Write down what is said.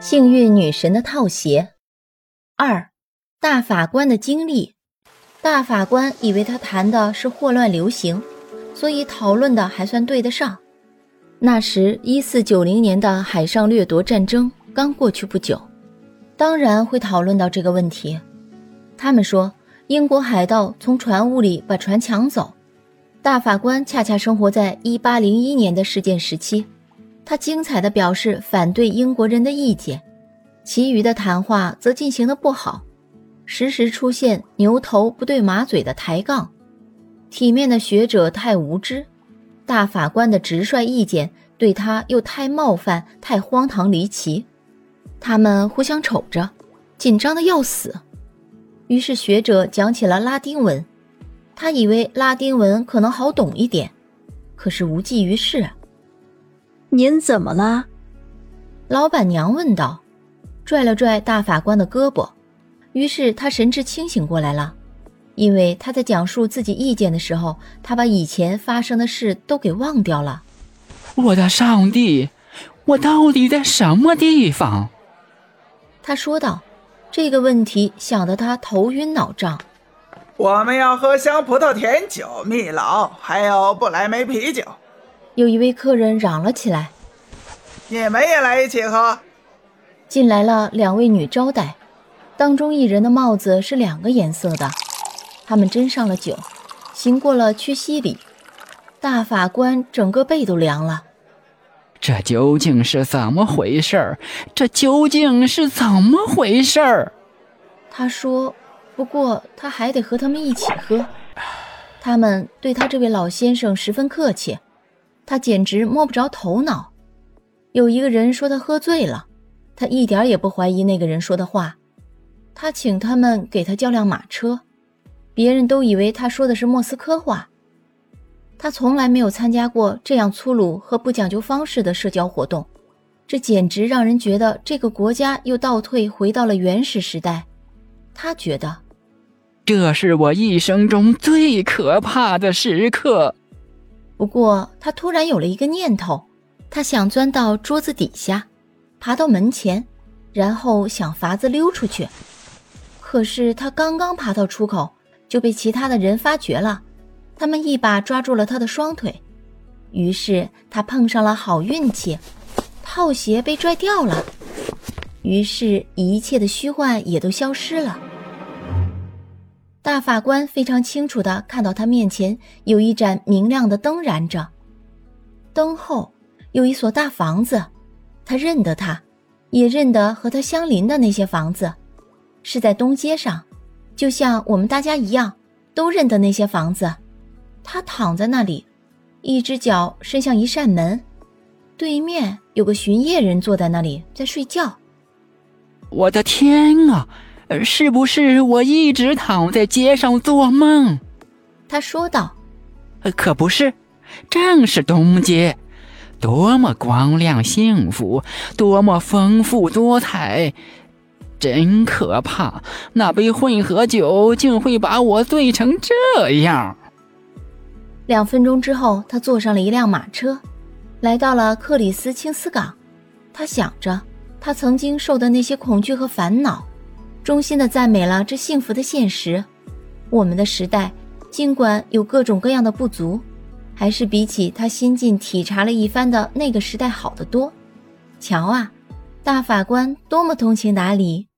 幸运女神的套鞋。2. 大法官的经历。大法官以为他谈的是霍乱流行，所以讨论的还算对得上。那时1490年的海上掠夺战争刚过去不久，当然会讨论到这个问题。他们说英国海盗从船坞里把船抢走，大法官恰恰生活在1801年的事件时期，他精彩地表示反对英国人的意见，其余的谈话则进行得不好，时时出现牛头不对马嘴的抬杠，体面的学者太无知，大法官的直率意见对他又太冒犯太荒唐离奇，他们互相瞅着，紧张得要死。于是学者讲起了拉丁文，他以为拉丁文可能好懂一点，可是无济于事。 您怎么了？ 老板娘问道，拽了拽大法官的胳膊，于是他神志清醒过来了，因为他在讲述自己意见的时候，他把以前发生的事都给忘掉了。 我的上帝，我到底在什么地方？ 他说道，这个问题想得他头晕脑胀。 我们要喝香葡萄甜酒，蜜老，还有不来梅啤酒。 有一位客人嚷了起来， 你们也来一起喝。 进来了2位女招待，当中一人的帽子是2个颜色的，他们斟上了酒，行过了屈膝礼。大法官整个背都凉了。 这究竟是怎么回事？这究竟是怎么回事？ 他说，不过他还得和他们一起喝。他们对他这位老先生十分客气，他简直摸不着头脑。有一个人说他喝醉了，他一点也不怀疑那个人说的话。他请他们给他叫辆马车，别人都以为他说的是莫斯科话。他从来没有参加过这样粗鲁和不讲究方式的社交活动，这简直让人觉得这个国家又倒退回到了原始时代。他觉得， 这是我一生中最可怕的时刻。 不过他突然有了一个念头，他想钻到桌子底下，爬到门前，然后想法子溜出去。可是他刚刚爬到出口，就被其他的人发觉了，他们一把抓住了他的双腿。于是他碰上了好运气，套鞋被拽掉了，于是一切的虚幻也都消失了。大法官非常清楚地看到他面前有一盏明亮的灯燃着，灯后有一所大房子，他认得它，也认得和他相邻的那些房子，是在东街上，就像我们大家一样都认得那些房子。他躺在那里，一只脚伸向一扇门，对面有个巡夜人坐在那里在睡觉。 我的天啊，是不是我一直躺在街上做梦？ 他说道。 可不是，正是东街，多么光亮幸福，多么丰富多彩，真可怕，那杯混合酒竟会把我醉成这样。 2分钟之后，他坐上了一辆马车，来到了克里斯青斯港。他想着他曾经受的那些恐惧和烦恼，衷心地赞美了这幸福的现实。我们的时代尽管有各种各样的不足，还是比起他新近体察了一番的那个时代好得多。瞧啊，大法官多么通情达理，